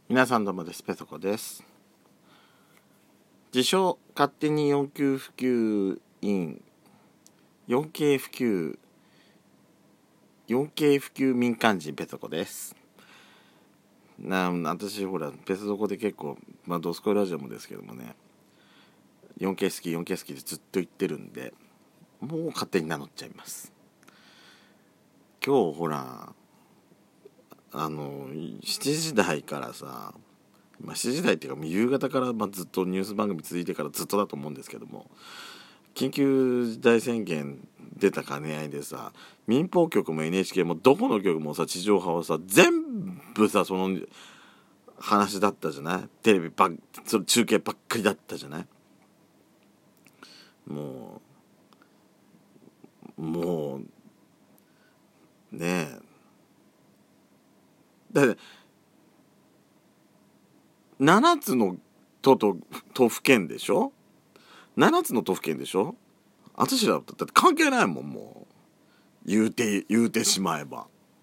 皆さんどうもです。ペソコです。自称勝手に4級普及員 4K 普及民間人ペソコです。私ほらペソコで結構ドスコイラジオもですけどもね、 4K 好き 4K 好きでずっと言ってるんで、もう勝手に名乗っちゃいます。今日ほら7時台からさ、7時台っていうか夕方からずっとニュース番組続いてからずっとだと思うんですけども、緊急事態宣言出た兼ね合いでさ、民放局も NHK もどこの局もさ、地上波をさ全部さその話だったじゃない。テレビその中継ばっかりだったじゃない。もうねえ、だって7つの都府県でしょ。7つの都府県でしょ。私らだって関係ないもん。もう言うてしまえば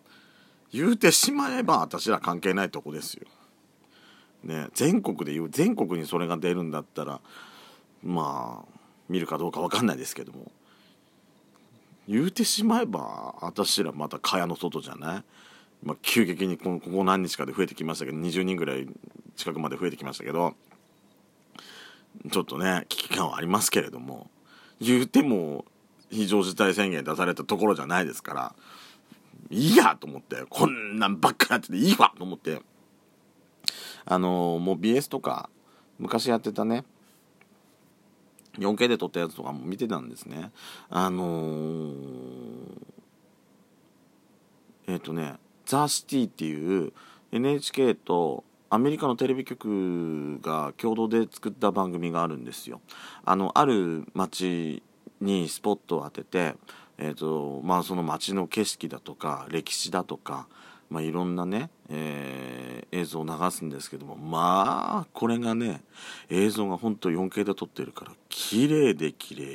私ら関係ないとこですよね。全国にそれが出るんだったら見るかどうか分かんないですけども、言うてしまえば私らまた蚊帳の外じゃない。急激にここ何日かで増えてきましたけど、20人ぐらい近くまで増えてきましたけど、ちょっとね危機感はありますけれども、言うても非常事態宣言出されたところじゃないですから、いいやと思って、こんなんばっかやってていいわと思って、もう BS とか昔やってたね 4K で撮ったやつとかも見てたんですね。ザ・シティっていう NHK とアメリカのテレビ局が共同で作った番組があるんですよ。ある町にスポットを当てて、その町の景色だとか歴史だとか、いろんなね、映像を流すんですけども、これがね、映像がほんと 4K で撮ってるから綺麗で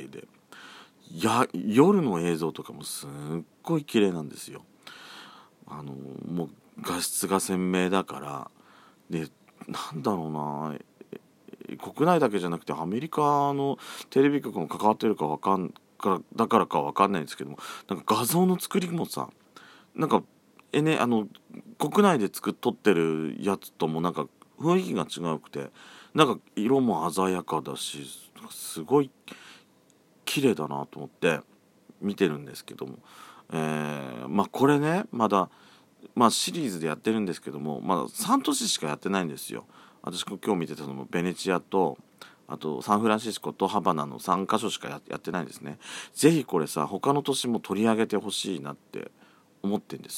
夜の映像とかもすっごい綺麗なんですよ。もう画質が鮮明だから。で、なんだろうな、国内だけじゃなくてアメリカのテレビ局も関わってるだからかわかんないんですけども、なんか画像の作りもさ、なんか国内で撮ってるやつともなんか雰囲気が違うくて、なんか色も鮮やかだし、すごい綺麗だなと思って見てるんですけども、これねまだシリーズでやってるんですけども、3都市しかやってないんですよ。私今日見てたのもベネチアと、あとサンフランシスコとハバナの3カ所しかやってないんですね。ぜひこれさ、他の都市も取り上げてほしいなって思ってんです。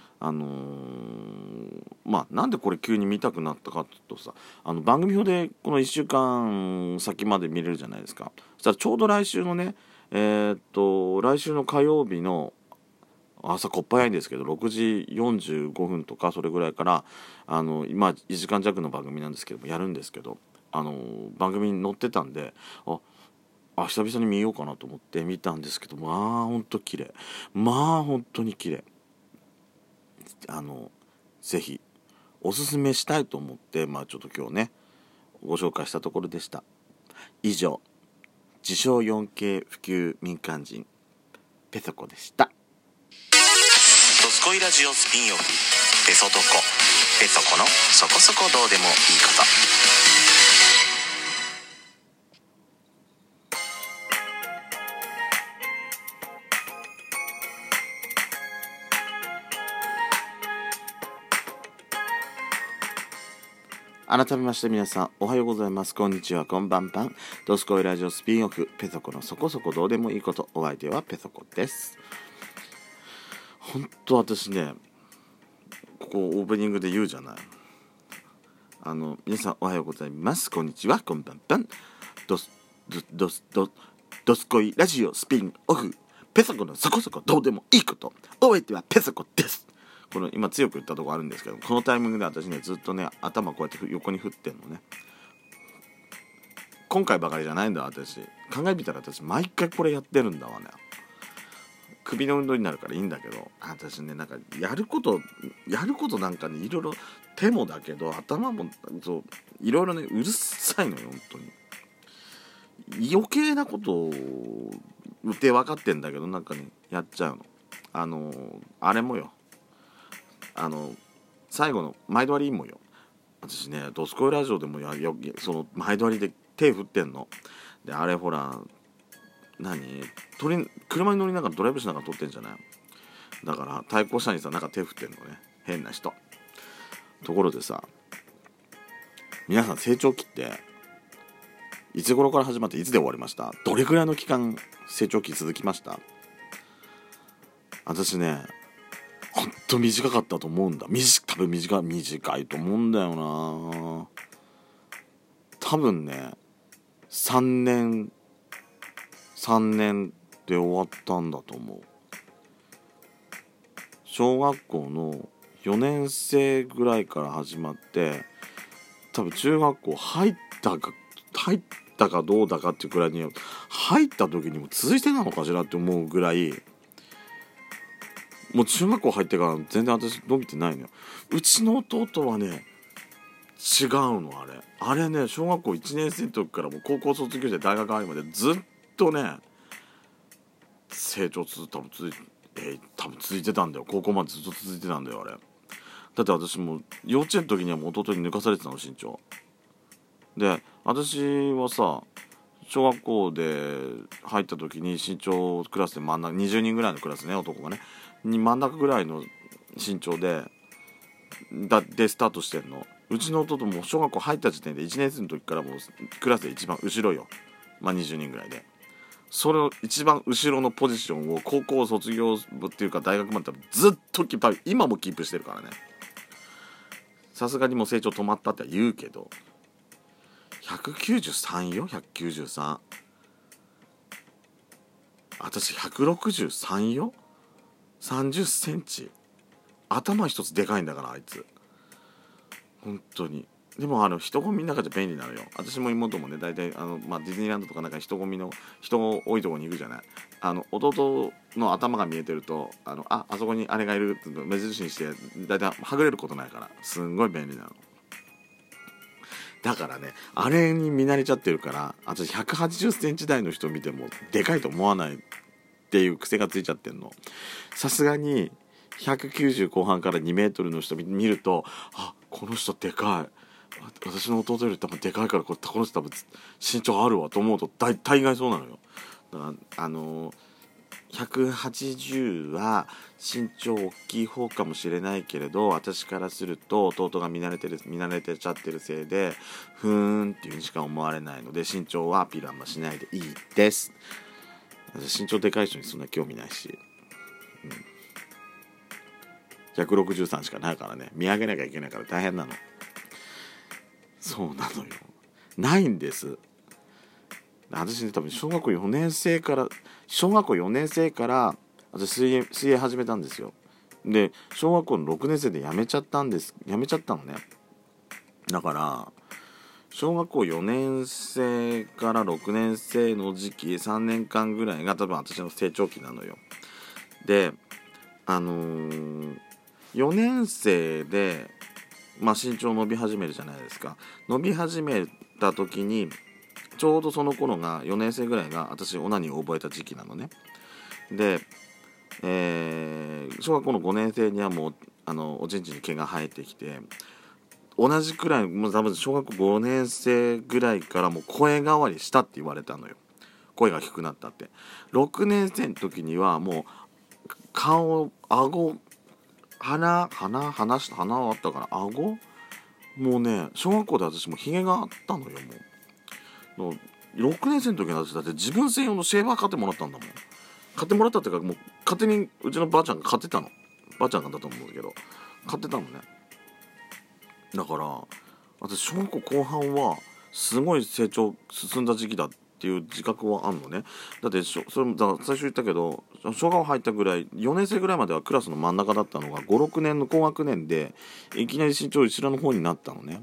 なんでこれ急に見たくなったかっていうとさ、番組表でこの1週間先まで見れるじゃないですか。そしたらちょうど来週のね、来週の火曜日の朝こっぱ早いんですけど6時45分とかそれぐらいから今1時間弱の番組なんですけどもやるんですけど、番組に載ってたんで、久々に見ようかなと思って見たんですけど、ほんと綺麗、本当に綺麗。ぜひおすすめしたいと思って、ちょっと今日ねご紹介したところでした。以上、自称 4K 普及民間人ペソコでした。 ドスコイラジオスピンオフ、ペソドコ、ペソコのそこそこどうでもいいこと。 改めまして皆さんおはようございます、こんにちは、こんばんぱん。ドスコイラジオスピンオフ、ペソコのそこそこどうでもいいこと。お相手はペソコです。本当私ね、ここオープニングで言うじゃない。皆さんおはようございます、こんにちは、こんばんぱん。ドスコイラジオスピンオフ、ペソコのそこそこどうでもいいこと。お相手はペソコです。この今強く言ったとこあるんですけど、このタイミングで私ねずっとね頭こうやって横に振ってんのね。今回ばかりじゃないんだ。私考えてみたら私毎回これやってるんだわね。首の運動になるからいいんだけど、私ねなんかやることなんかねいろいろ手もだけど頭もそういろいろねうるさいのよ本当に。余計なことをって分かってんだけどなんかねやっちゃうの。あれもよ最後の毎度割りもよ。私ねドスコイラジオでもその毎度割りで手振ってんので、あれほら車に乗りながらドライブしながら撮ってんじゃない。だから対向車にさなんか手振ってんのね変な人。ところでさ皆さん成長期っていつ頃から始まっていつで終わりました？どれくらいの期間成長期続きました？私ねほんと短かったと思うんだ。多分短いと思うんだよな。多分ね3年で終わったんだと思う。小学校の4年生ぐらいから始まって多分中学校入ったかどうだかっていうくらいに入った時にも続いてなのかしらって思うぐらいもう中学校入ってから全然私伸びてないのよ。うちの弟はね違うのあれね小学校1年生の時からもう高校卒業して大学入るまでずっとね成長多分続いてたんだよ。高校までずっと続いてたんだよあれ。だって私も幼稚園の時にはもう弟に抜かされてたの身長で。私はさ小学校で入った時に身長クラスで真ん中20人ぐらいのクラスね男がね真ん中ぐらいの身長でスタートしてんの。うちの弟も小学校入った時点で1年生の時からもうクラスで一番後ろよ。20人ぐらいでそれを一番後ろのポジションを高校卒業っていうか大学までずっと今もキープしてるからね。さすがにもう成長止まったって言うけど193よ。193私163よ。30センチ頭一つでかいんだからあいつ本当に。でも人混みの中で便利なのよ。私も妹もね大体ディズニーランドとかなんか人多いとこに行くじゃない。弟の頭が見えてるとあそこにあれがいるって目印にして大体はぐれることないからすんごい便利なの。だからねあれに見慣れちゃってるから私180センチ台の人見てもでかいと思わないっていう癖がついちゃってんの。さすがに190後半から2メートルの人見るとこの人でかい私の弟より多分でかいからこの人多分身長あるわと思うと大概そうなのよ。だから180は身長大きい方かもしれないけれど私からすると弟が見慣れてちゃってるせいでふーんっていうにしか思われないので身長はアピールあんましないでいいです。私身長でかい人にそんな興味ないし、163しかないからね見上げなきゃいけないから大変なの。そうなのよないんです。私ね多分小学校4年生から私水泳始めたんですよ。で小学校の6年生でやめちゃったのね。だから小学校4年生から6年生の時期3年間ぐらいが多分私の成長期なのよ。で4年生で身長伸び始めるじゃないですか。伸び始めた時にちょうどその頃が4年生ぐらいが私オナニーを覚えた時期なのね。で、小学校の5年生にはもうおちんちんに毛が生えてきて同じくらいもう多分小学校5年生ぐらいからもう声変わりしたって言われたのよ。声が低くなったって。6年生の時にはもう顔顎鼻あったから顎もうね小学校で私もヒゲがあったのよ。もう6年生の時に私だって自分専用のシェーバー買ってもらったんだもん。買ってもらったっていうかもう勝手にうちのばあちゃんが買ってたの。ばあちゃんがだと思うんだけど買ってたのね。だから私小学校後半はすごい成長進んだ時期だっていう自覚はあるのね。だってそれだから最初言ったけど小学校入ったぐらい4年生ぐらいまではクラスの真ん中だったのが 5,6 年の高学年でいきなり身長後ろの方になったのね。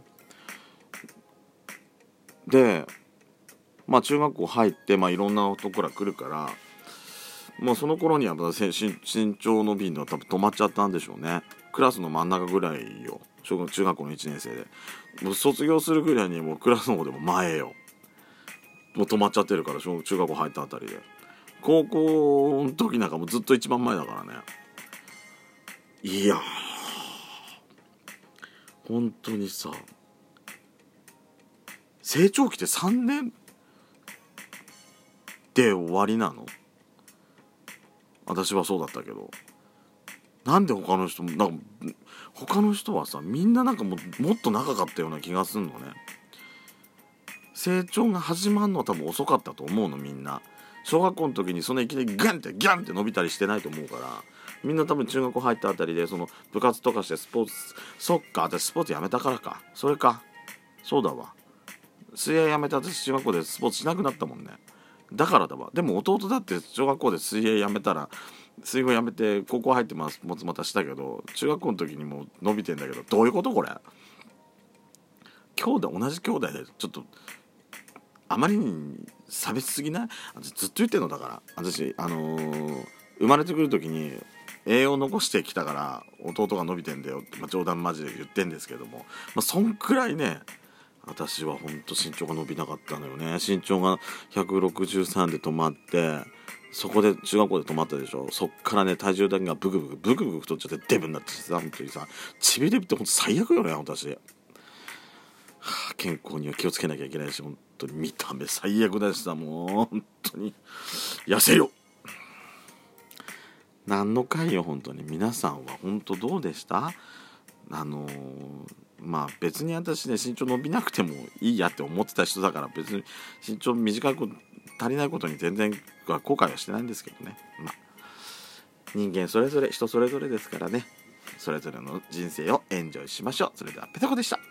で中学校入っていろんなところが来るからその頃には身長伸びるのは多分止まっちゃったんでしょうね。クラスの真ん中ぐらいよ中学校の1年生で、もう卒業するぐらいにもうクラスの方でも前よ、もう止まっちゃってるから、中学校入ったあたりで。高校の時なんかもうずっと一番前だからね。いやー本当にさ、成長期って3年で終わりなの？私はそうだったけど、なんで他の人もなんか、他の人はさ、みんななんかもっと長かったような気がすんのね。成長が始まるのは多分遅かったと思うの、みんな。小学校の時にそんないきなりガンってギャンって伸びたりしてないと思うから、みんな多分中学校入ったあたりで、その部活とかしてスポーツ、そっか、私スポーツやめたからか、それか、そうだわ、水泳やめて私中学校でスポーツしなくなったもんね。だからだわ。でも弟だって小学校で水泳やめたら、水泳やめて高校入ってまたしたけど、中学校の時にもう伸びてんだけど、どういうことこれ。同じ兄弟でちょっとあまりに差別すぎない？ずっと言ってんのだから、私生まれてくる時に栄養残してきたから弟が伸びてんだよって、冗談マジで言ってんですけども、そんくらいね、私はほんと身長が伸びなかったのよね。身長が163で止まって、そこで中学校で止まったでしょ。そっからね、体重だけがブクブク太っちゃってデブになってさ、本当にさ、ちびデブってほんと最悪よね、私。健康には気をつけなきゃいけないし、本当に見た目最悪だしさ、もう本当に痩せよ。何の回よ、本当に。皆さんは本当どうでした？別に私ね、身長伸びなくてもいいやって思ってた人だから、別に身長短く足りないことに全然後悔はしてないんですけどね。人間それぞれ、人それぞれですからね、それぞれの人生をエンジョイしましょう。それではペタコでした。